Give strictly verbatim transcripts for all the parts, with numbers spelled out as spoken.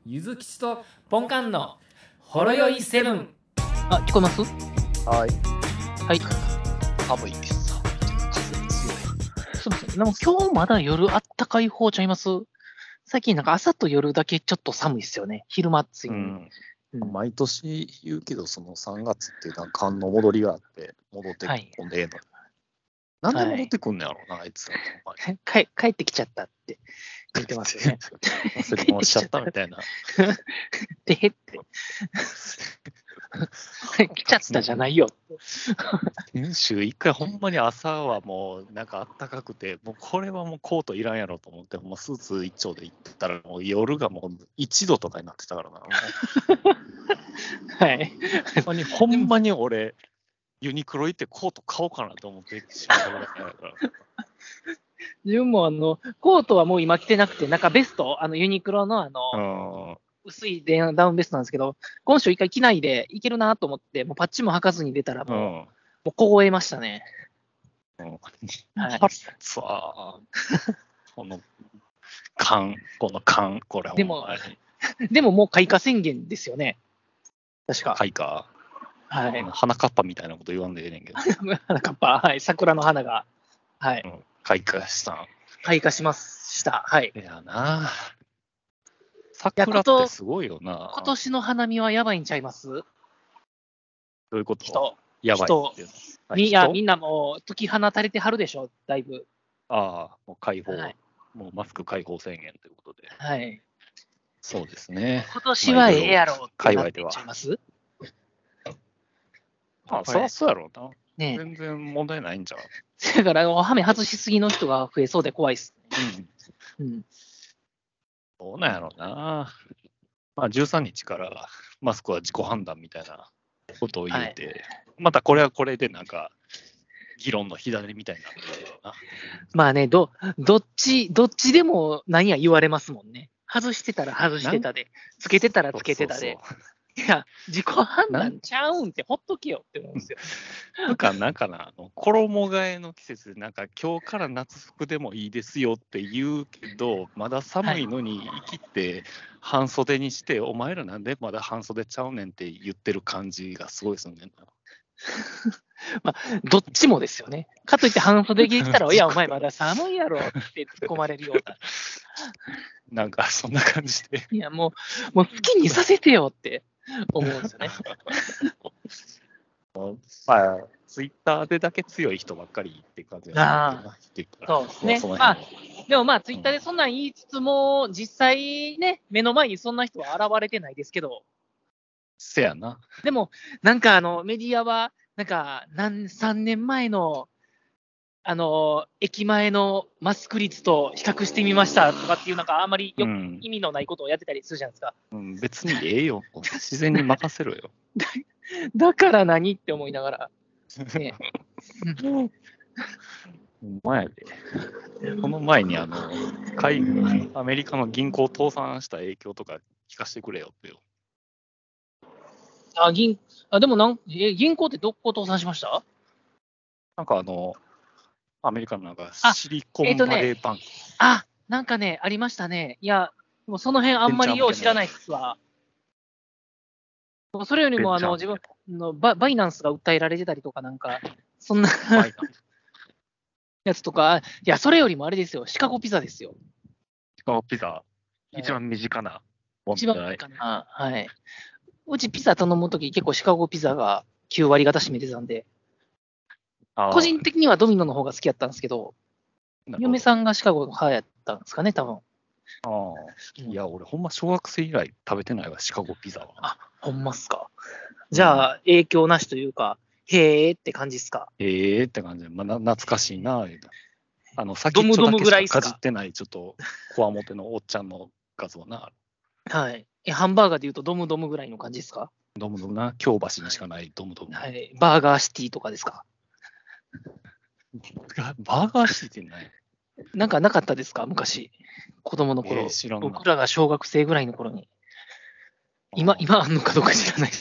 ゆずきちとポンカンのほろよいセブン。 あ、聞こえます？ はい。 はい。 寒いです。寒いけど風強い。 すみません。でも今日まだ夜あったかい方ちゃいます？最近なんか朝と夜だけちょっと寒いですよね。昼間暑いのに。 うんうん毎年言うけど、そのさんがつっていうのは寒の戻りがあって、戻ってこんでええの。なんで戻ってくんのやろうな、あいつら。 帰帰ってきちゃったって言ってますよね。 忘れ物しちゃったみたいな。 でって。来ちゃったじゃないよ。 先週一回ほんまに朝はもうなんかあったかくて、もうこれはもうコートいらんやろと思って、もうスーツ一丁で行ってたら、もう夜がもういちどとかになってたからな。もうはい。 ほんまに、ほんまに俺、ユニクロ行ってコート買おうかなと思ってしまったぐらいだから。 自分もあの、コートはもう今着てなくて、なんかベスト、あのユニクロのあの、薄いダウンベストなんですけど、今週一回着ないでいけるなと思って、もうパッチも履かずに出たらもう、 うん。 もう凍えましたね。 うん。 はい腹立つわ。この缶、この缶、これほんまに。 でも、でももう開花宣言ですよね。確か。 開花。 はい。 花かっぱみたいなこと言わんでええねんけど。 花かっぱ、はい。桜の花が、はい。 うん、開花したん。 開花しました。はい。 いやな。桜ってすごいよな。 今年の花見はやばいんちゃいます？ どういうこと？ 人。 やばいっていうの。 いや、みんなもう解き放たれてはるでしょ、だいぶ。 ああ、もう解放、 はい、 もうマスク解放宣言ということで。 はい。 そうですね。 今年はええやろってなっていっちゃいます？ あ、そりゃそうやろうな。 ね、 全然問題ないんじゃん。 だから、ハメ外しすぎの人が増えそうで怖いっす。 うん。 うん。 どうなんやろうな。まあ、じゅうさんにちからマスクは自己判断みたいなことを言うて、はい、またこれはこれでなんか、議論の火種みたいになってるな。 まあね、ど、どっち、どっちでも何や言われますもんね。外してたら外してたで、つけてたらつけてたで。そうそうそういや、自己判断ちゃうんってほっとけよって思うんですよ。 なんか、なんかな、あの衣替えの季節で、なんか今日から夏服でもいいですよって言うけど、まだ寒いのに生きて半袖にして、はい、お前らなんでまだ半袖ちゃうねんって言ってる感じがすごいですよね。 まあ、どっちもですよね。かといって半袖着てきたら、いや、お前まだ寒いやろって突っ込まれるような。 なんかそんな感じで。 いや、もう、もう好きにさせてよって思うんですよね。 まあ、ツイッターでだけ強い人ばっかりって感じがするけど、そうですね。まあ、でもまあ、ツイッターでそんなん言いつつも、うん、実際ね、目の前にそんな人は現れてないですけど。 せやな。 でも、なんかあの、メディアは、なんか、何、さんねんまえの、あの、駅前のマスク率と比較してみましたとかっていう、なんかあんまりよ、うん、意味のないことをやってたりするじゃないですか。 うん、別にええよ。自然に任せろよ。 だ, だから何って思いながら。ね、 前で。この前にあの海アメリカの銀行を倒産した影響とか聞かせてくれよってよ。 あ、銀、あ、でもなん、え、銀行ってどこ倒産しました？ なんかあの、アメリカのなんかシリコンバレーバンク、 えーね。あ、なんかね、ありましたね。いや、もうその辺あんまりよう知らないっすわ。それよりも、あの、自分のバ、バイナンスが訴えられてたりとか、なんか、そんなやつとか、いや、それよりもあれですよ、シカゴピザですよ。 シカゴピザ、一番身近な問題。一番身近な、はい。うちピザ頼むとき、結構シカゴピザがきゅうわり方占めてたんで、個人的にはドミノの方が好きやったんですけど、嫁さんがシカゴの派やったんですかね、多分。 ああ、いや、俺、ほんま小学生以来食べてないわ、シカゴピザは。 あ、ほんまっすか。じゃあ、影響なしというか、へーって感じっすか。 へーって感じで、まあ、懐かしいな、あの、先っちょだけしかかじってない、ちょっと、こわもてのおっちゃんの画像な。 はい。え、ハンバーガーでいうと、ドムドムぐらいの感じですか？ ドムドムな、京橋にしかないドムドム。 はい。バーガーシティとかですか？ バーガーシティってない？ なんかなかったですか昔、子供の頃、えー、僕らが小学生ぐらいの頃に。今、今あんのかどうか知らないです。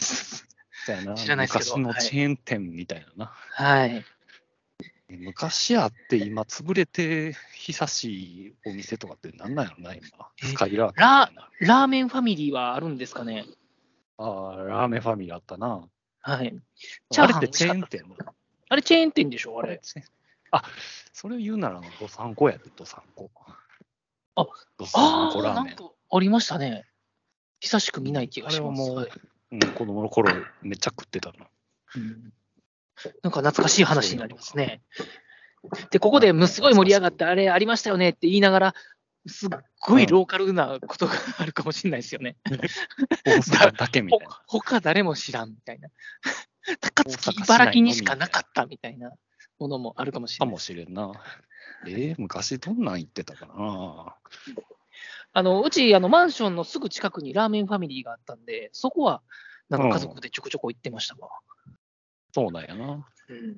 知らないですけど。昔のチェーン店みたいなな。 はい。 昔あって今潰れて久しいお店とかってなんなんやろな、今。スカイラーララーメンファミリーはあるんですかね。 ああ、ラーメンファミリーあったな。 はい。チャーハンあれってチェーン店のあれチェーン店でしょ、あれ。 あ、それを言うなら、どさんこやで、どさんこ。 あ、 どさんこああ、 ラーメン。 なんかありましたね。久しく見ない気がします。 あれはもう、 はいうん、子供の頃めっちゃ食ってたな。 うん、なんか懐かしい話になりますね。で、ここですごい盛り上がって、あれありましたよねって言いながら、すっごいローカルなことがあるかもしれないですよね。 大阪だけみたいな。 ほ他誰も知らんみたいな。高槻、茨城にしかなかったみたいなものもあるかもしれない。 かもしれんな。えー、昔どんなん言ってたかな。 あのうちあの、マンションのすぐ近くにラーメンファミリーがあったんで、そこはなんか家族でちょこちょこ行ってましたわ。 うん、そうなんやな。 うん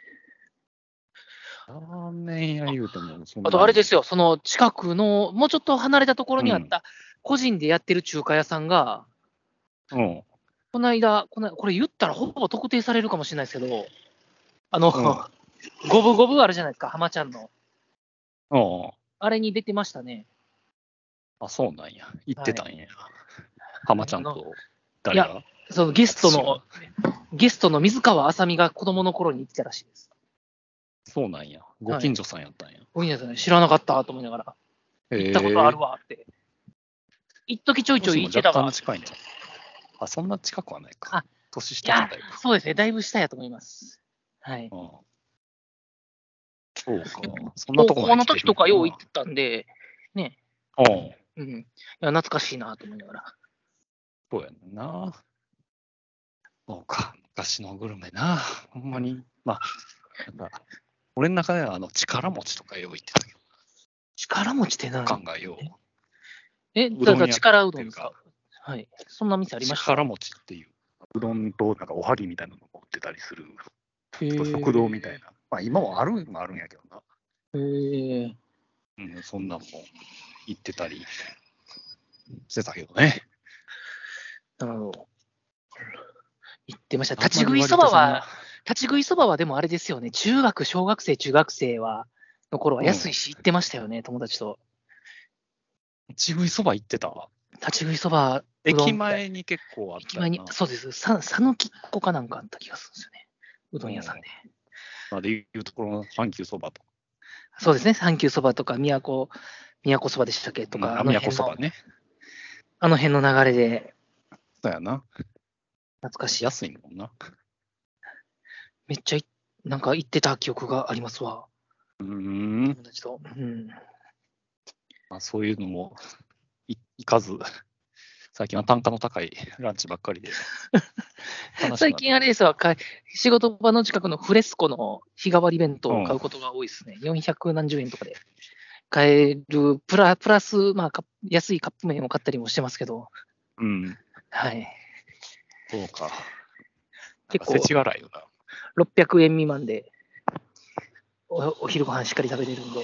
ラーメン屋言うてもそんな、 あとあれですよ、その近くの、もうちょっと離れたところにあった個人でやってる中華屋さんが、 うん、 この間、このこれ言ったらほぼ特定されるかもしれないですけど、あの、 うん、 ゴブゴブあるじゃないですか、浜ちゃんの。 うん。 あれに出てましたね。 あ、そうなんや。言ってたんや。浜ちゃんと誰いやがそのゲストの、ゲストの水川あさみが子供の頃に行ってたらしいです。 そうなんや。ご近所さんやったんや。 ご近所さん知らなかったと思いながら、行ったことあるわって。一時ちょいちょい行ってたわ。 若干近いんじゃん。あ、そんな近くはないか。 あ年下じゃないか。 そうですね、だいぶ下やと思います。はい。 うん、そうか。そんなとこ高校の時とかよう行ってたんで、ね。 うん。 うん。いや、懐かしいなと思いながら。 そうやねんな。そうか。昔のグルメな。ほんまに。まあ、なんか、俺の中ではあの力持ちとかよう言ってたけど。 力持ちって何？ 考えよう。 え、だから力うどんですか？はい。そんな店ありました？ 力持ちっていう、うどんとなんかおはぎみたいなのを売ってたりする、食堂みたいな。まあ今もあるんもあるんやけどな。 へえ。 うん、そんなんも行ってたりしてたけどね。 なるほど。言ってました。立ち食いそばは、立ち食いそばはでもあれですよね。中学、小学生、中学生は、の頃は安いし行ってましたよね、うん、友達と。 立ち食いそば行ってた？ 立ち食いそば、 駅前に結構あった。 駅前に、そうです。さ、さぬきっこかなんかあった気がするんですよね。うどん屋さんで。 まあ、でいうところの阪急そばと。 そうですね。阪急そばとか、都、都そばでしたっけとか、 うん、あの辺の、ね、 あの辺の流れで。 そうやな。 懐かしい。 安いもんな。 めっちゃい、なんか行ってた記憶がありますわ。 うーん。 うん。 まあ、そういうのもいいかず、最近は単価の高いランチばっかりで。 最近あれですわ、仕事場の近くのフレスコの日替わり弁当を買うことが多いですね。うん、よんひゃくなんじゅうえんとかで買える、プラプラス、まあ、安いカップ麺を買ったりもしてますけど。 うん。 はい。 そうか。 結構、 世知辛いよな。 ろっぴゃくえん未満でお、お昼ご飯しっかり食べれるんで。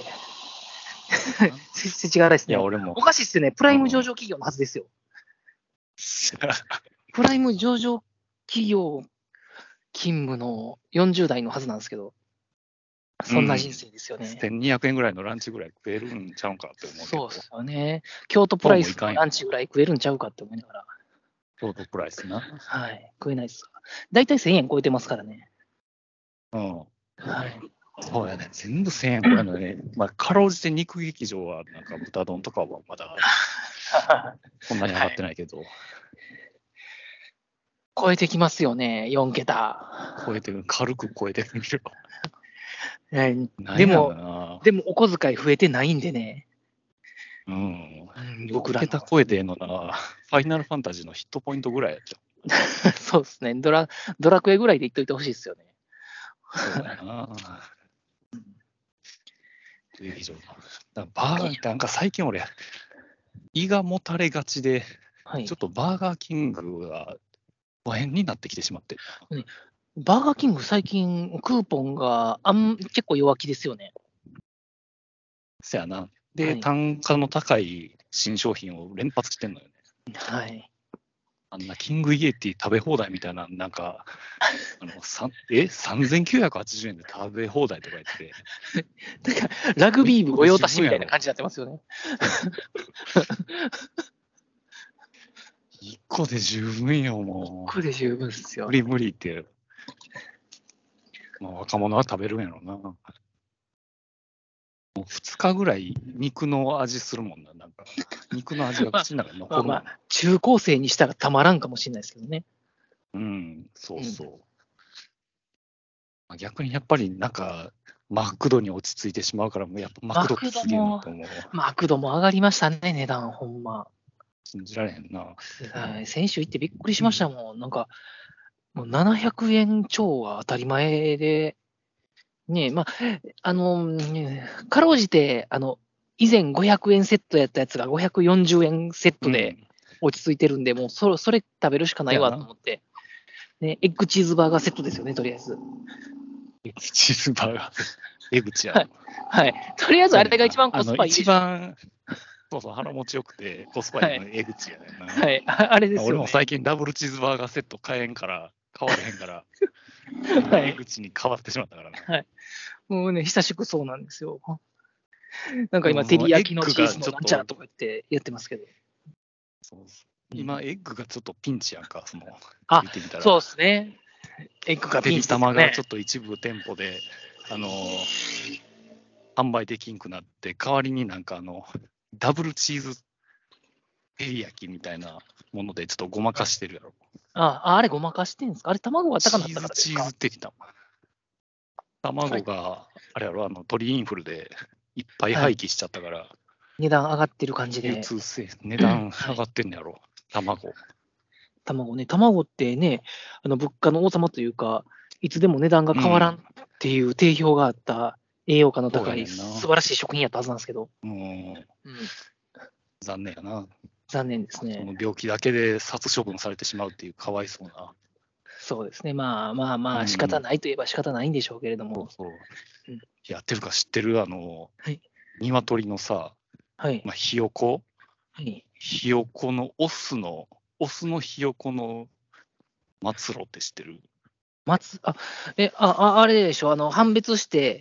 世知辛いですね。 いや、俺も。 おかしいっすよね。プライム上場企業のはずですよ。プライム上場企業勤務のよんじゅう代のはずなんですけど、そんな人生ですよね。 うん、せんにひゃくえんぐらいのランチぐらい食えるんちゃうんかって思うけど。 そうですよね。京都プライスのランチぐらい食えるんちゃうかって思いながら。 京都プライスな。 はい。食えないですか。だいたいせんえん超えてますからね。 うん。 はい。 そうやね。全部せんえん超えるのね。まあ、かろうじて肉劇場は、なんか豚丼とかはまだ、そんなに上がってないけど。はい、 超えてきますよね、よんけた。 超えてる、軽く超えてみる。 でも、でもお小遣い増えてないんでね。 うん。 僕ら。 よんけた超えてんのな、ファイナルファンタジーのヒットポイントぐらいやっちゃう。そうですね。ドラ、ドラクエぐらいで言っといてほしいですよね。 そうだな。劇場だバーなんか最近俺、胃がもたれがちで、はい、ちょっとバーガーキングが大変になってきてしまって。 ね、バーガーキング最近クーポンがあん結構弱気ですよね。 そやな。で、はい、単価の高い新商品を連発してんのよね。 はい。 ああんなキングイエティ食べ放題みたいな、なんか、あのさえさんぜんきゅうひゃくはちじゅうえんで食べ放題とか言って。 なんかラグビー部御用達みたいな感じになってますよね。 いっこで十分よ、もう。 いっこで十分ですよ。 無理無理って。まあ、若者は食べるんやろうな。もうふつかぐらい肉の味するもんな。なんか肉の味が口の中に残るもん、 まあまあ、中高生にしたらたまらんかもしれないですけどね。 うん、そうそう。うん、逆にやっぱりなんか、マクドに落ち着いてしまうから、もうやっぱマクドってすげえなと思う。 マクドも上がりましたね、値段、ほんま。 信じられへんな。 はい、先週行ってびっくりしましたもん。うん、なんか、もうななひゃくえん超が当たり前で、ね、まあ、あの、ね、かろうじて、あの、以前ごひゃくえんセットやったやつがごひゃくよんじゅうえんセットで落ち着いてるんで、うん、もうそれ、それ食べるしかないわと思って、ね、エッグチーズバーガーセットですよね、とりあえず。 エッグチーズバーガー、エグチや、 はい。はい。とりあえずあれが一番コスパいいでしょ。 一番、そうそう、腹持ちよくて、コスパいいのエグチやねんな。 はい、あれですよ、ね。 俺も最近ダブルチーズバーガーセット買えんから、買われへんから、はい、エグチに変わってしまったからね。 はい。もうね、久しくそうなんですよ。なんか今、照り焼きのチーズのなんちゃらとか言ってやってますけど。 そう今、エッグがちょっとピンチやんか、その、 あ、見てみたらそうですね。エッグがピンチですね。 玉がちょっと一部店舗で、あの、販売できんくなって、代わりになんかあの、ダブルチーズ照り焼きみたいなものでちょっとごまかしてるやろ。 ああ、あれごまかしてんですか？あれ卵が高かったからですか？ チーズ的な。卵が、あれやろ、あの鳥インフルでいっぱい廃棄しちゃったから、はい、 値段上がってる感じで。 流通性、値段上がってんやろ、はい、卵。 卵ね、卵ってね、あの物価の王様というか、いつでも値段が変わらんっていう定評があった、栄養価の高い、素晴らしい食品やったはずなんですけど。 うん、うん、残念やな。 残念ですね。 その病気だけで殺処分されてしまうっていう、かわいそうな。 そうですね、まあまあまあ、仕方ないといえば仕方ないんでしょうけれども。 うん、そうそう、うん、やってるか知ってる、あの、はい、鶏のさ、 はいまあ、ひよこ、 はい、 ひよこのオスの、オスのひよこの末路って知ってる？ 松あえああれでしょ、あの判別して、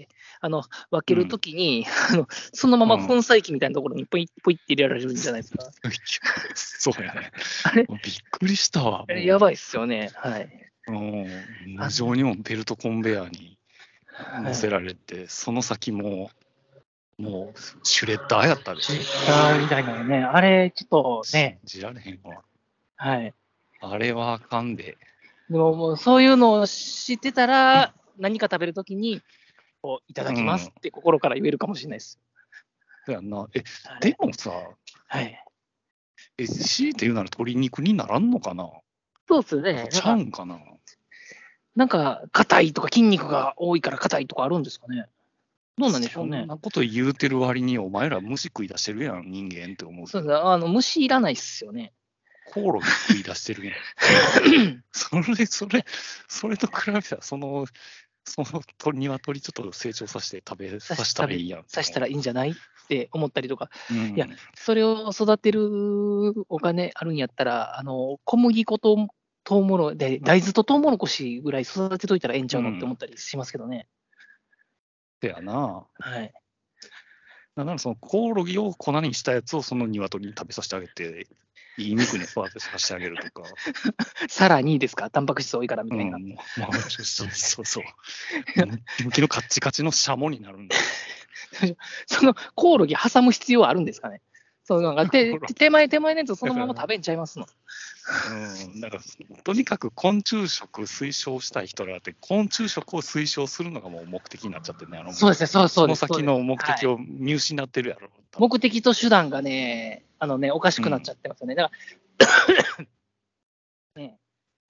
あの分けるときに、うん、あの、そのまま粉砕機みたいなところにポイッポイって入れられるんじゃないですか。うん、 そうやね。あれびっくりしたわ。 やばいっすよね。はい。 うん、無情にもベルトコンベヤーに乗せられて、はい、その先も、もうシュレッダーやったで。 シュレッダーみたいなのね、あれ、ちょっとね。 信じられへんわ。 はい。 あれはあかんで。 でも、もうそういうのを知ってたら、何か食べるときに、こういただきますって心から言えるかもしれないです。 そうやんな。え、でもさ、 はい。 え、強いて言うなら鶏肉にならんのかな？ そうっすね。 ちゃうんかな？ なんか、硬いとか筋肉が多いから硬いとかあるんですかね。どうなんでしょうね。 そんなこと言うてる割に、お前ら虫食い出してるやん、人間って思う。 そうですね。あの、虫いらないっすよね。 コオロギ食い出してるやん。それ、それ、それと比べたら、その、その鳥、鶏ちょっと成長させて食べさせたらいいやん。 させたらいいんじゃないって思ったりとか。 うん、 いや、それを育てるお金あるんやったら、あの、小麦粉とトウモロで、大豆とトウモロコシぐらい育てといたらええんちゃうのって思ったりしますけどね。 せやな。 はい。 だからそのコオロギを粉にしたやつをその鶏に食べさせてあげて、いい肉に育てさせてあげるとか。 さらにですか、タンパク質多いからみたいな。 うん、まあ、そうそうそう。ムキムキのカッチカチのシャモになるんだ。 そのコオロギ挟む必要あるんですかね。そうなんか手手前手前のやつをそのまま食べんちゃいますの。 うん、だからとにかく昆虫食推奨したい人らって昆虫食を推奨するのがもう目的になっちゃってね。あのそうですね、そうそうです。 その先の目的を見失ってるやろ。はい、 目的と手段がね、あのね、おかしくなっちゃってますよね。だからね、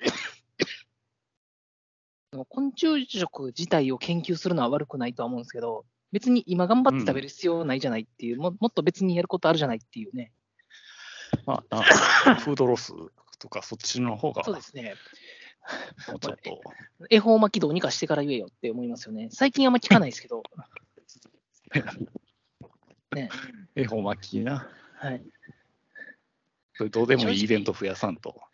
昆虫食自体を研究するのは悪くないとは思うんですけど、別に今頑張って食べる必要ないじゃないっていう、うん、も, もっと別にやることあるじゃないっていうね。 まあ、フードロスとかそっちの方が。 そうですね。 もうちょっと。 恵方巻きどうにかしてから言えよって思いますよね。最近あんま聞かないですけど。 ね、恵方巻きな。 はい。 それどうでもいいイベント増やさんと。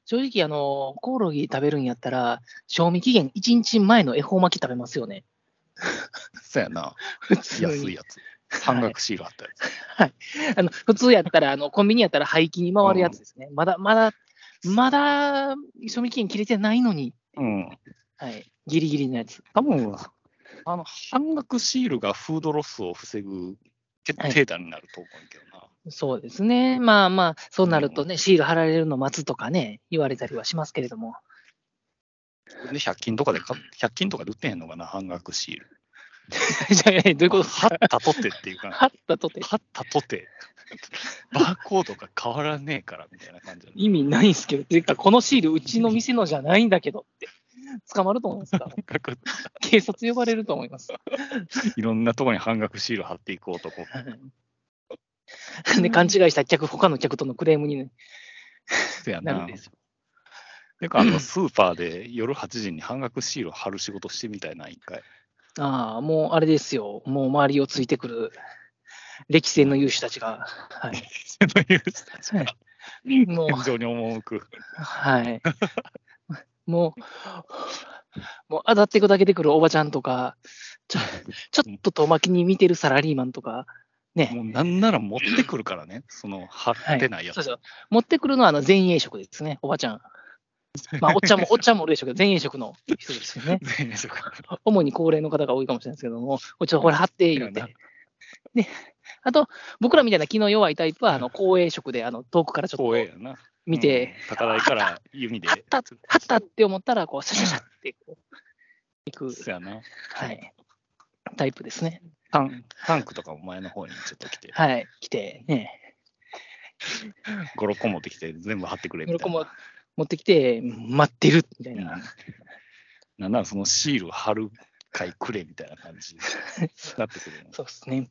正直、あの、コオロギ食べるんやったら、賞味期限いちにちまえの恵方巻き食べますよね。 そうやな。 普通に。 安いやつ。半額シールあったやつ。 はい。あの、普通やったら、あの、コンビニやったら廃棄に回るやつですね。まだ、まだ、まだ、賞味期限切れてないのに。 うん。 はい。ギリギリのやつ。 多分、あの、半額シールがフードロスを防ぐ決定打になると思うけどな。 そうですね。まあまあ、そうなるとね、シール貼られるの待つとかね、言われたりはしますけれども。 で、ひゃく均とかで買っ、ひゃく均とかで売ってへんのかな、半額シール。 じゃあ、えどういうことです貼かったとてっていうか、 貼ったとて。 貼ったとて、バーコードが変わらねえからみたいな感じ意味ないんすけど、ていうか、このシール、うちの店のじゃないんだけどって、捕まると思いますか警察呼ばれると思います。 いろんなところに半額シール貼っていく男。 で、勘違いした客、他の客とのクレームに、ね、なるんですよ。 てか、あの、スーパーで夜はちじに半額シール貼る仕事してみたいな、一回。 ああ、もうあれですよ。もう周りをついてくる歴戦の勇士たちが。はい。歴戦の勇士たちが。 もう。 天井に赴く。 はい。もう、もう当たって砕けてくるおばちゃんとか、ちょちょっと遠巻きに見てるサラリーマンとか、ね。 もうなんなら持ってくるからね、その貼ってないやつ。 はい、そうそう持ってくるのはあの前衛職ですね、おばちゃん。まあ、おっちゃんも、おっちゃんもおるでしょうけど、前衛職の人ですよね。 前衛職。 主に高齢の方が多いかもしれないですけども、ちょっとこれ貼って言うて。で、あと、僕らみたいな気の弱いタイプは、あの、後衛職で、あの、遠くからちょっと見て、 うん、高台から弓で。 貼った、貼ったって思ったら、こう、シャシャシャってこう、いく。 そうやな。 はい。タイプですね。 タンタンクとかも前の方にちょっと来て。 はい、来て、ね。 ご、ろっこ持ってきて、全部貼ってくれみたいな。 ご、ろっこも持ってきて、待ってるみたいな。うん、 なんならそのシール貼る回くれみたいな感じになってくる。 そうですね。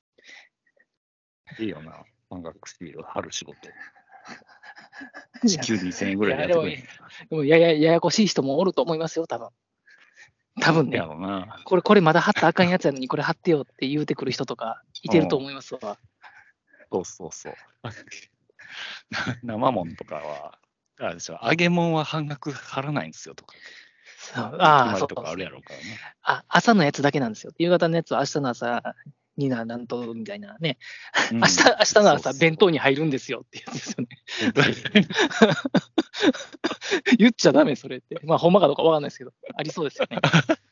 いいよな、半額シール貼る仕事。時給にせんえんぐらいでやってくれ。 でもやや、ややこしい人もおると思いますよ、多分。多分ね。 やろな。 これ、これまだ貼ったらあかんやつやのに、これ貼ってよって言うてくる人とかいてると思いますわ。 そうそうそう。生もんとかは、あれでしょ、揚げ物は半額貼らないんですよとか。 ああ、そうとかあるやろうからね。 あ、朝のやつだけなんですよ。夕方のやつは明日の朝にな、なんと、みたいなね。うん、明日、明日の朝、弁当に入るんですよってやつですよね。言っちゃダメ、それって。まあ、ほんまかどうかわかんないですけど、ありそうですよね。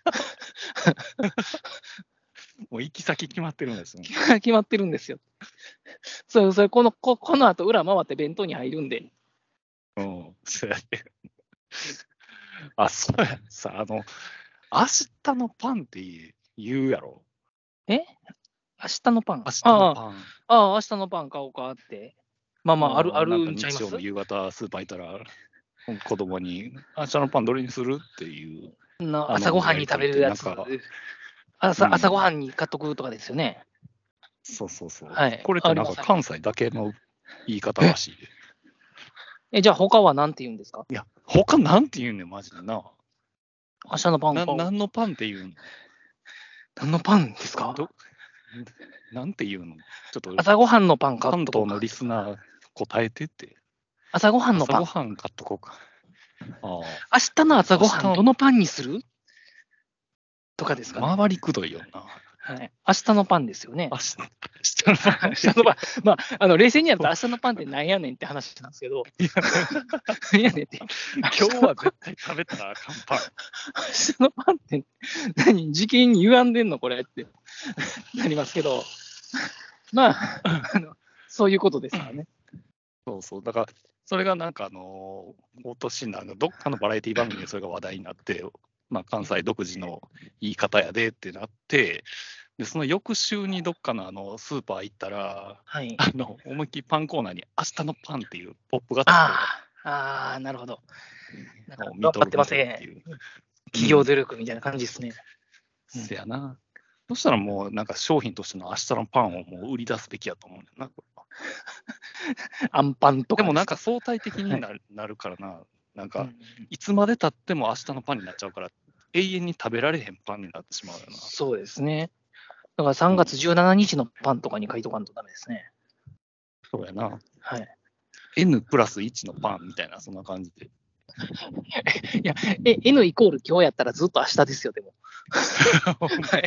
もう行き先決まってるんですね。 決まってるんですよ。そう、それ、この、ここの後、裏回って弁当に入るんで。 うん、そうやって。あ、そうやさ、あの、明日のパンって言うやろ。 え明日のパン明日のパン。 ああ、明日のパン買おうかって。まあまあ、ある、あるんちゃいます？ 日曜の夕方、スーパー行ったら、子供に、明日のパンどれにするっていう。 な朝ごはんに食べるやつ。朝、朝ごはんに買っとくとかですよね。 そうそうそう。 はい、 これってなんか関西だけの言い方らしい。 え、じゃあ他は何て言うんですか？ いや、他なんて言うねん、マジでな。 明日のパンな何のパンって言うの？ 何のパンですか？ どなんて言うの？ちょっと朝ごはんのパン買っとこう。 関東のリスナー答えてって。 朝ごはんのパン。 朝ごはん買っとこうか。あ明日の朝ごはんどのパンにする？とかですかね。 回りくどいよな。 はい。明日のパンですよね。 明日、明日のパン。 明日のパン。まあ、あの、冷静にやると明日のパンってなんやねんって話なんですけど。なんやねんって。 今日は絶対食べたらあかんパン。 明日のパンって何？事件に歪んでんのこれってなりますけど。まあ、あの、そういうことですからね。 そうそう。だから、それがなんかあの、今年なんかどっかのバラエティ番組でそれが話題になって、まあ、関西独自の言い方やでってなって、でその翌週にどっかのあのスーパー行ったら、 はい、 あの思いっきりパンコーナーに明日のパンっていうポップがあって、ああ、なるほど。 なんか頑張ってますね。 企業努力みたいな感じですね。 うん、せやな。そしたらもうなんか商品としての明日のパンをもう売り出すべきやと思うんだよな、これは。 アンパンとか。 でもなんか相対的になる、はい、なるからな。なんか、いつまでたっても明日のパンになっちゃうから、永遠に食べられへんパンになってしまうよな。 そうですね。だからさんがつじゅうしちにちのパンとかに書いとかんとダメですね。 そうやな。 はい。 N プラスいちのパンみたいな、そんな感じで。 いや、え、N イコール今日やったらずっと明日ですよ、でも。はい。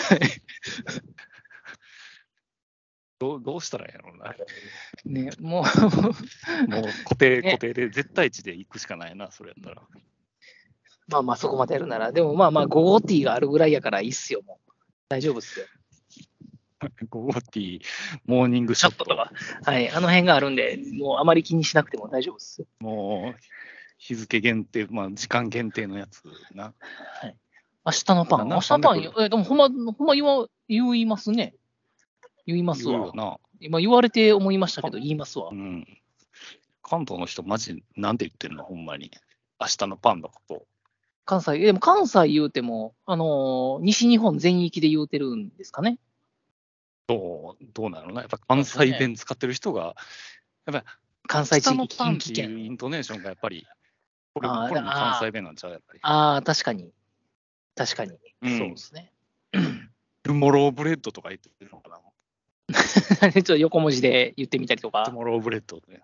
どうどうしたらいいんやろうな。 ね、もう、 もう固定、 ね固定で、絶対値で行くしかないな、それやったら。 まあまあそこまでやるなら、でもまあまあ午後ティーがあるぐらいやからいいっすよ、もう。大丈夫っすよ。 ゴーティー、モーニングショットとか。はい、あの辺があるんで、もうあまり気にしなくても大丈夫っすよ。 もう、日付限定、まあ時間限定のやつな。 はい。明日のパン、明日のパン、え、でもほんま、ほんま言わ言いますね。言いますわ。 な今言われて思いましたけど、言いますわ。 うん。関東の人、マジ、なんて言ってるの、ほんまに。明日のパンのこと。 関西、でも関西言うても、あのー、西日本全域で言うてるんですかね。 どう、どうなのな。やっぱ関西弁使ってる人が、やっぱ関西地域、 のパンっていうイントネーションがやっぱり、これこれも関西弁なんちゃうやっぱり。 ああ、確かに。確かに。 うん、 そうですね。 トゥモローブレッドとか言ってるのかな。 ちょっと横文字で言ってみたりとか。 トゥモローブレッドね。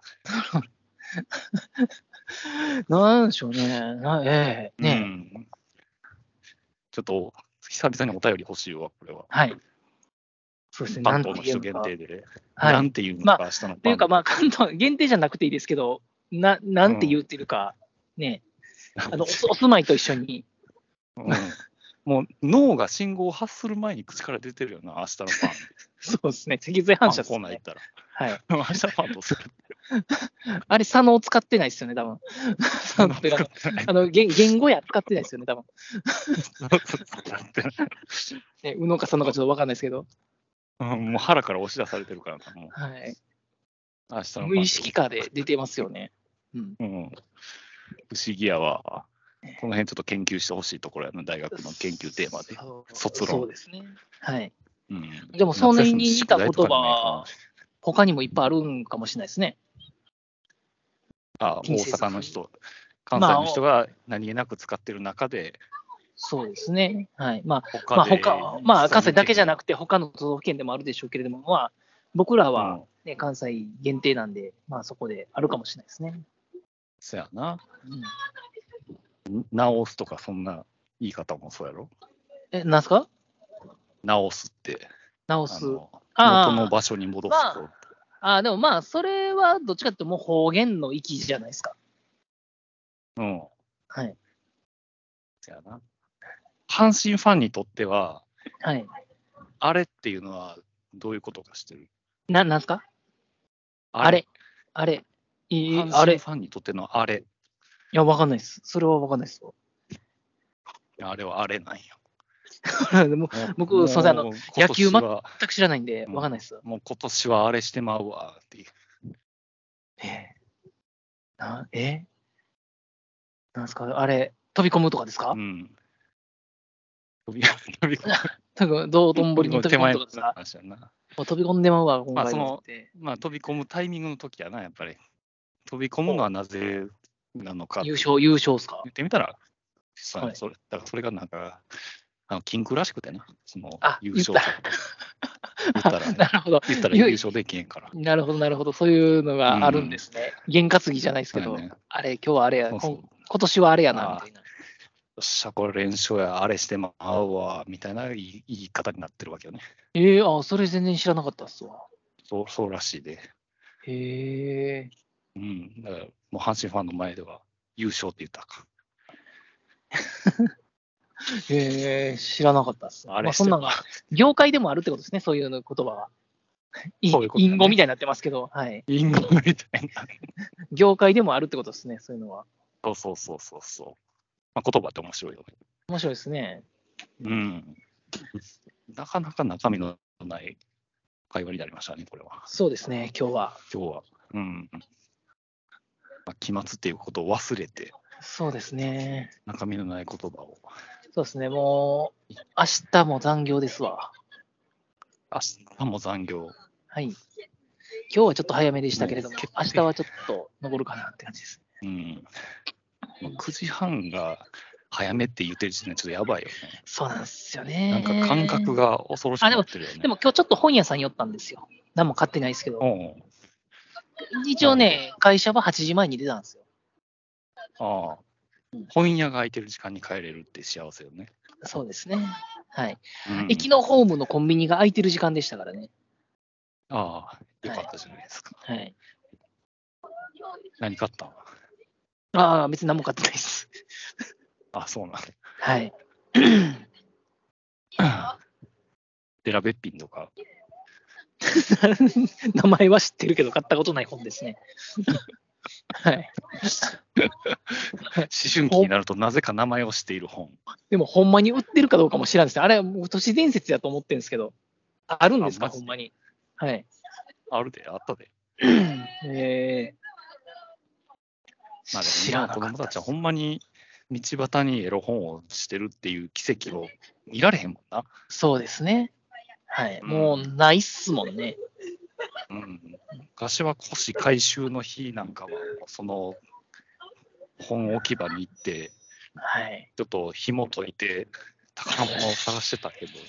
なんでしょうね。なええー、ね、うん、 ちょっと久々にお便り欲しいわ、これは。 はい。そうですね。 関東の人限定で。 はい、 なんていうのか、 まあ、 明日のパン。 というか、まあ、関東限定じゃなくていいですけど、ななんて言ってるか、うん、ね、あのお、お住まいと一緒に。 うん、もう脳が信号を発する前に口から出てるよな、明日のパン。 そうですね。脊髄反射ですね。 コーナー行ったら。 はい。 明日パンとする。 あれ、左脳使ってないですよね、多分。あの言言語や使ってないですよね、多分。ね、うのかさのかちょっと分かんないですけど。 うん、もう腹から押し出されてるからな、もう。 はい。 明日の無意識化で出てますよね。 うん。うん、不思議やわ。この辺ちょっと研究してほしいところやの、大学の研究テーマで。卒論。 そうですね。はい。 うん、 でも、それに似た言葉は、他にもいっぱいあるんかもしれないですね。 ああ、大阪の人、関西の人が何気なく使ってる中で、 まあ、そうですね。はい。まあ、まあ、他、まあ、関西だけじゃなくて、他の都道府県でもあるでしょうけれども、まあ、僕らは、ね、うん、関西限定なんで、まあ、そこであるかもしれないですね。 そやな。うん、直すとか、そんな言い方もそうやろ。 え、なんすか？ 直すって。 直す。 元の場所に戻すと。 まあ、あでもまあ、それはどっちかっていうと、もう方言の域じゃないですか。 うん。 はい。 そやな。阪神ファンにとっては、 はい。 あれっていうのはどういうことかしてる？ な、なんすか？あれ。あれ。 いい、阪神ファンにとってのあれ。 いや、わかんないです。それはわかんないですよ。 あれはあれなんよ。 僕、すみません、あの、野球全く知らないんで、わかんないです。 もう今年はあれしてまうわっていう。 えー、なえなんですか、あれ、飛び込むとかですか？うん。 飛び飛び込む。 多分、道頓堀に飛び込むとかですか？もう飛び込んでまうわ、今回のって。まあ、飛び込むタイミングの時やな、やっぱり。飛び込むのはなぜなのか。 優勝、優勝っすか？ 言ってみたら、そう、はい、それだからそれがなんか、あのキンクらしくてな、その優勝者言ったら、ね、 なるほど。 言ったら優勝できへんから。 なるほど、なるほど。そういうのがあるんですね。験、うん、担ぎじゃないですけど、ね、あれ、今日はあれや、そうそう今年はあれやな、みたいな。 よっしゃ、これ連勝や、あれしてまうわ、みたいな言い言い方になってるわけよね。 ええー、あ、それ全然知らなかったっすわ。 そう、そうらしいで。 へえ。 うん、だから、もう阪神ファンの前では優勝って言ったか。 えー、知らなかったです。あれ、まあ、そんなのが、業界でもあるってことですね、そういう言葉は。そういうこと、ね、隠語みたいになってますけど、はい。 隠語みたいな。 業界でもあるってことですね、そういうのは。 そうそうそうそうそう。まあ、言葉って面白いよね。 面白いですね。 うん。なかなか中身のない会話になりましたね、これは。 そうですね、今日は。 今日は。うん。まあ、期末っていうことを忘れて。 そうですね。 中身のない言葉を。 そうですね、もう、明日も残業ですわ。 明日も残業。 はい。今日はちょっと早めでしたけれども、明日はちょっと登るかなって感じです。 うん。くじはんが早めって言ってる時点でちょっとやばいよね。 そうなんですよね。 なんか感覚が恐ろしくなってるよね。 でも、でも今日ちょっと本屋さん寄ったんですよ。何も買ってないですけど。 一応ね、会社ははちじまえに出たんですよ。 ああ。本屋が空いてる時間に帰れるって幸せよね。 そうですね。はい。 うん、 駅のホームのコンビニが空いてる時間でしたからね。 ああ、よかったじゃないですか。 はい。はい、 何買ったん？ ああ、別に何も買ってないです。 あ、そうなんだ。 はい。 デラべっぴんとか。 名前は知ってるけど買ったことない本ですね。はい。 思春期になるとなぜか名前を知っている本。 でも、ほんまに売ってるかどうかも知らんですね。あれはもう都市伝説やと思ってるんですけど、あるんですか、ほんまに。はい。 あるで、あったで。 えー、 まあでも今の子供たちはほんまに道端にエロ本をしてるっていう奇跡を見られへんもんな。 そうですね。はい。もうないっすもんね。 うん。昔は古紙回収の日なんかは、その本置き場に行って、 はい、 ちょっと紐解いて宝物を探してたけど。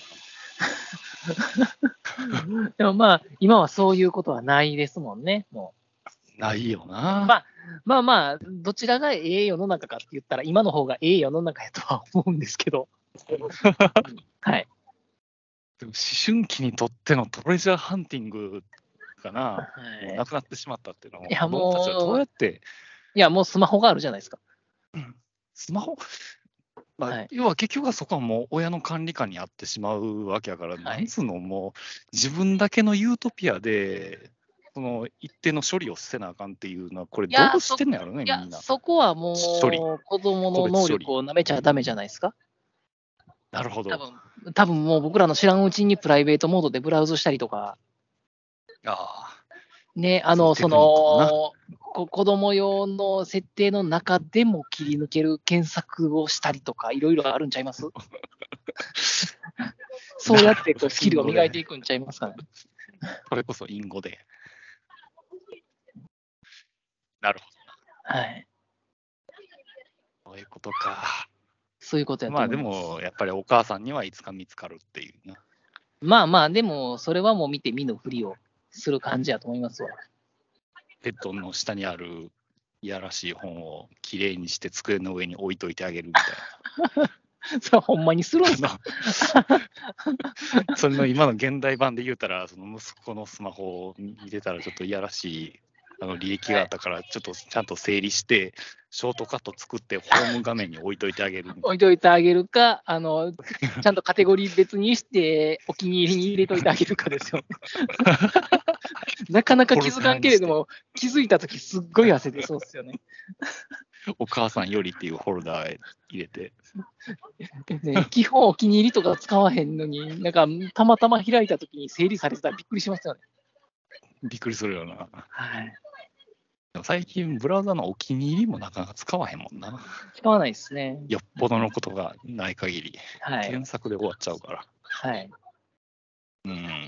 でもまあ、今はそういうことはないですもんね、もう。ないよな。 まあまあまあ、どちらがええ世の中かって言ったら、今の方がええ世の中やとは思うんですけど。はい。 でも思春期にとってのトレジャーハンティングがな、はい、もうなくなってしまったっていうのは、子供たちはどうやって。 いや、もうスマホがあるじゃないですか。 うん、スマホまあ、 はい、 要は結局はそこはもう親の管理下にあってしまうわけやから、はい、なんつうの、もう自分だけのユートピアで、その一定の処理をせなあかんっていうのは、これ、どうしてんのやろね、みんな。 そこはもう、子供の能力をなめちゃだめじゃないですか。 なるほど。 多分多分もう僕らの知らんうちにプライベートモードでブラウズしたりとか。 ああ。 ね、あの、その、こ子供用の設定の中でも切り抜ける検索をしたりとか、いろいろあるんちゃいますそうやってこうスキルを磨いていくんちゃいますかね。 それこそ隠語で。なるほど。はい。 そういうことか。 そういうことやと思います。 まあでも、やっぱりお母さんにはいつか見つかるっていうな。 まあまあ、でも、それはもう見て見ぬふりをする感じやと思いますわ。 ベッドの下にあるいやらしい本をきれいにして机の上に置いといてあげるみたいな。 それはほんまにするんですかそれの今の現代版で言うたら、その息子のスマホを見てたらちょっといやらしいあの履歴があったから、ちょっとちゃんと整理して、ショートカット作ってホーム画面に置いといてあげる。 置いといてあげるか、あの、ちゃんとカテゴリー別にして、お気に入りに入れといてあげるかですよ。なかなか気づかんけれども、気づいたときすっごい汗出そうですよね。 お母さんよりっていうフォルダー入れて。 ね、基本お気に入りとか使わへんのに、なんかたまたま開いたときに整理されてたらびっくりしますよね。 びっくりするよな。 はい。 最近、ブラウザのお気に入りもなかなか使わへんもんな。 使わないですね。 よっぽどのことがない限り、 はい、 検索で終わっちゃうから。 はい。 うん。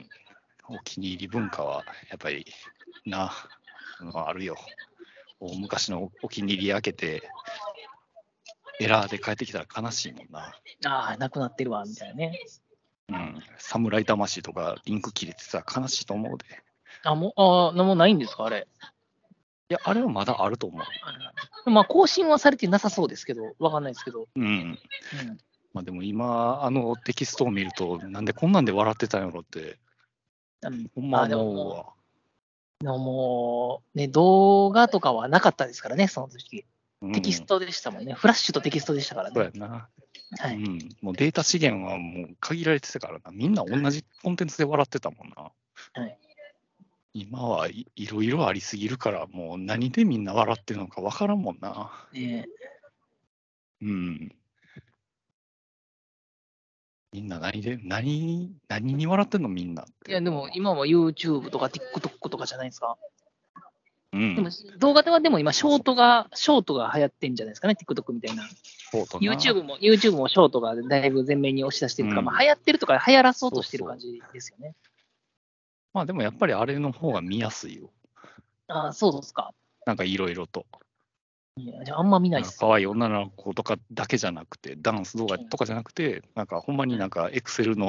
お気に入り文化は、やっぱり、な、あるよ。昔のお気に入り開けて、エラーで帰ってきたら悲しいもんな。 ああ、なくなってるわ、みたいなね。 うん。侍魂とかリンク切れてたら悲しいと思うで。 あ、もう、ああ、もうないんですか、あれ。 いや、あれはまだあると思う。まあ、更新はされてなさそうですけど、わかんないですけど。 うん。うん、まあでも今、あのテキストを見ると、なんでこんなんで笑ってたんやろって、うん、ほんま思うわ。 でももう、ね、動画とかはなかったですからね、その時。テキストでしたもんね。うん、フラッシュとテキストでしたからね。 そうやな。 はい。 うん、もうデータ資源はもう限られてたからな。みんな同じコンテンツで笑ってたもんな。 はい。 今はい、いろいろありすぎるから、もう何でみんな笑ってるのか分からんもんな。 ね、 うん。みんな何で、何、何に笑ってんのみんなって。 いや、でも今は YouTube とか TikTok とかじゃないですか。 うん。 でも動画ではでも今、ショートが、ショートが流行ってんじゃないですかね、TikTok みたいな。YouTube も、YouTube もショートがだいぶ前面に押し出してるとか、うん、まあ流行ってるとか流行らそうとしてる感じですよね。そうそう、 まあでもやっぱりあれの方が見やすいよ。 ああ、そうですか。 なんかいろいろと。 いや、じゃああんま見ないっす。 可愛い女の子とかだけじゃなくて、ダンス動画とかじゃなくて、なんかほんまになんかエクセルの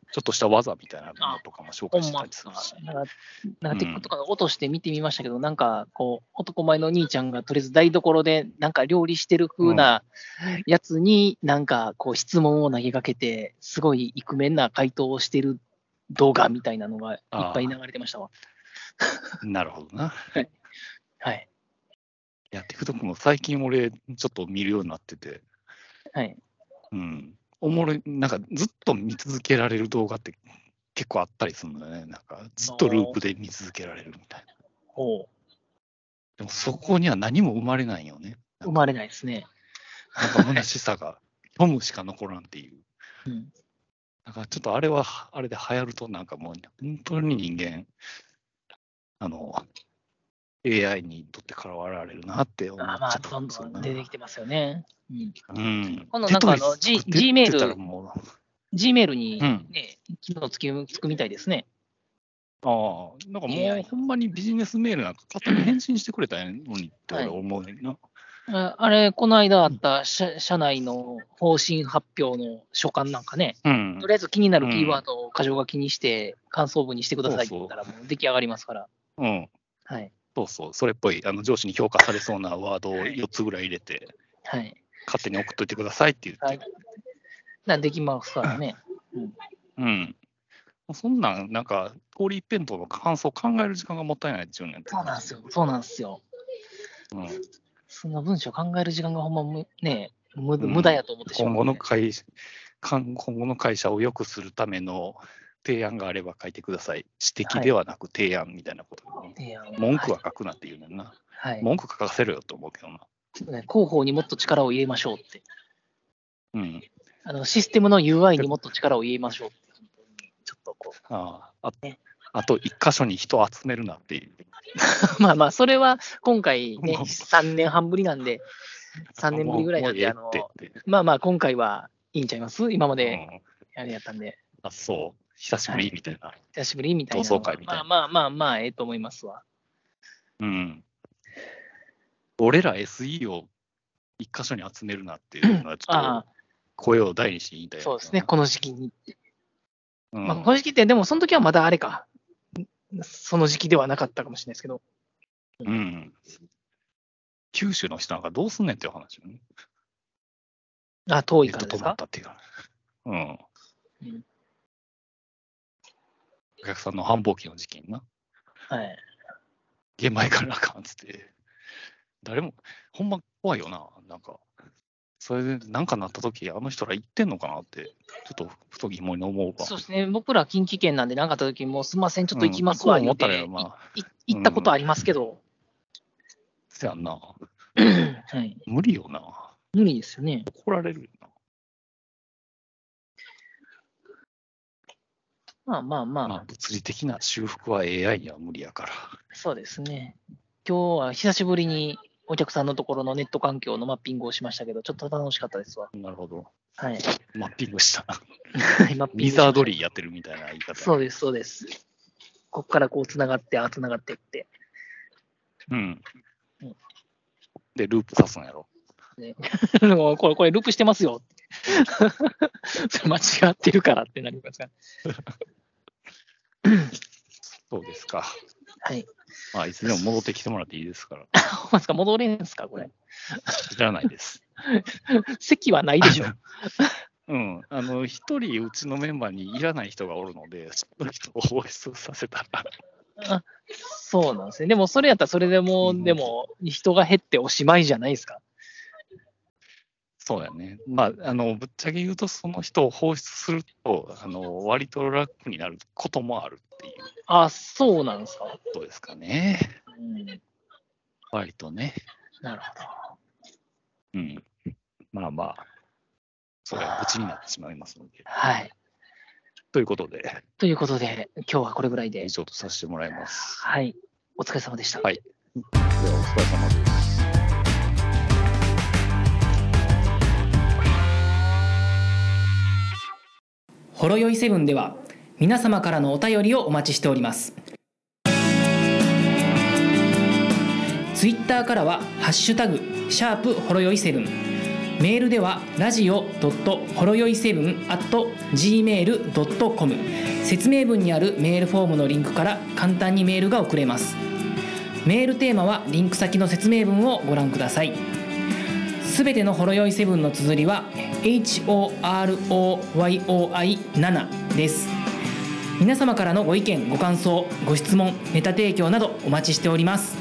ちょっとした技みたいなのとかも紹介してたりするし。 なんか、なんか TikTok とか落として見てみましたけど、うん、なんかこう、男前の兄ちゃんがとりあえず台所でなんか料理してる風なやつに、なんかこう質問を投げかけて、すごいイクメンな回答をしてる動画みたいなのがいっぱい流れてましたわ。 なるほどな。 はい。はい。 いや、TikTok も最近俺、ちょっと見るようになってて。 はい。 うん。おもろい、なんかずっと見続けられる動画って結構あったりするんだよね。なんかずっとループで見続けられるみたいな。 おでもそこには何も生まれないよね。 生まれないですね。 なんか虚しさが、虚無しか残らんっていう。 うん。 だからちょっとあれは、あれで流行るとなんかもう本当に人間、あの、エーアイ にとってからわられるなって思っちゃった。 まあ、どんどん出てきてますよね。うん。 うん、 今度なんかあの、G、Gmail、Gmail にね、 うん、 機能つきつくみたいですね。 ああ、なんかもうほんまにビジネスメールなんか勝手に返信してくれたのにって俺思うねんな。 はい、あれ、この間あった社、社内の方針発表の書簡なんかね、うん、とりあえず気になるキーワードを箇条書きにして、感想文にしてくださいって言ったら、もう出来上がりますから。 うん。はい。そうそう、それっぽい、あの上司に評価されそうなワードをよっつぐらい入れて、はい、勝手に送っといてくださいって言って。はい、 なんできますからね。 うん。うん、そんなん、なんか、氷一辺倒の感想を考える時間がもったいないっていうねん。 そうなんですよ。そうなんですよ。うん。そんな文章考える時間がほんまむ、ね、無無駄やと思ってしまう、ね、 今後の会。今後の会社を良くするための提案があれば書いてください。指摘ではなく提案みたいなこと、ね、はい、文句は書くなって言うねんな、はい。文句書かせろよと思うけどな。 ね、広報にもっと力を入れましょうって。 うん。 あのシステムの ユーアイ にもっと力を入れましょうって。ちょっとこう。 ああ、ね、あと一箇所に人を集めるなっていう。 まあまあ、それは今回ね、さんねんはんぶりなんで、さんねんぶりぐらいなんで、あの、まあまあ、今回はいいんちゃいます？今まであれやったんで。 うん、あ、そう。久しぶりみたいな。はい、 久しぶりみたいな。 同窓会みたいな。 まあまあまあまあ、ええと思いますわ。 うん。俺ら エスイー を一箇所に集めるなっていうのは、ちょっと声を大にして言いたい、ね。 そうですね、この時期に。うん、まあ、この時期って、でもその時はまだあれか。その時期ではなかったかもしれないですけど。 うん。九州の人なんかどうすんねんっていう話よね。 あ、遠いからですか？ 止まったっていうか。うん。うん、お客さんの繁忙期の時期にな。 はい。 現場行かなあかんっつって。誰も、ほんま怖いよな。なんか、それで何かなった時、あの人ら行ってんのかなって、ちょっとふと疑問に思うか。 そうですね。僕ら近畿圏なんで何かあった時も、すみません、ちょっと行きますわ、 うん、思ったらよ、まあ。 行ったことありますけど。 そやんな。 はい。 無理よな。 無理ですよね。 怒られるよな。 まあまあまあ。 まあ、物理的な修復は エーアイ には無理やから。 そうですね。今日は久しぶりにお客さんのところのネット環境のマッピングをしましたけど、ちょっと楽しかったですわ。 なるほど。 はい。 マッピングしたな。ミザードリーやってるみたいな言い方。 そうです、そうです。ここからこうつながって、ああつながっていって。 うん。で、ループさすんやろ。 ね、これ、これループしてますよ。それ間違ってるからってなりますか。 そうですか。 はい。 まあ、いつでも戻ってきてもらっていいですから。 ほんまですか？戻れるんですか、これ。 知らないです。 席はないでしょ。 うん。あの、一人うちのメンバーにいらない人がおるので、その人を放出させたら。 あ、そうなんですね。でも、それやったらそれでも、うん、でも、人が減っておしまいじゃないですか。 そうだよね。まあ、あの、ぶっちゃけ言うと、その人を放出すると、あの、割と楽になることもあるっていう。 あ、そうなんですか。 どうですかね。 うん、 割とね。 なるほど。うん。まあまあ、それは無知になってしまいますので。 はい。 ということで。 ということで、今日はこれぐらいで。 以上とさせてもらいます。 はい。お疲れ様でした。 はい。では、お疲れ様です。 ほろよいセブンでは皆様からのお便りをお待ちしております。ツイッターからはハッシュタグシャープほろよいセブン、 メールではラジオドットほろよいセブンアットジーメールドットコム、説明文にあるメールフォームのリンクから簡単にメールが送れます。メールテーマはリンク先の説明文をご覧ください。すべてのほろよいセブンの綴りは エイチオーアールオーワイオーアイセブン です。皆様からのご意見ご感想ご質問ネタ提供などお待ちしております。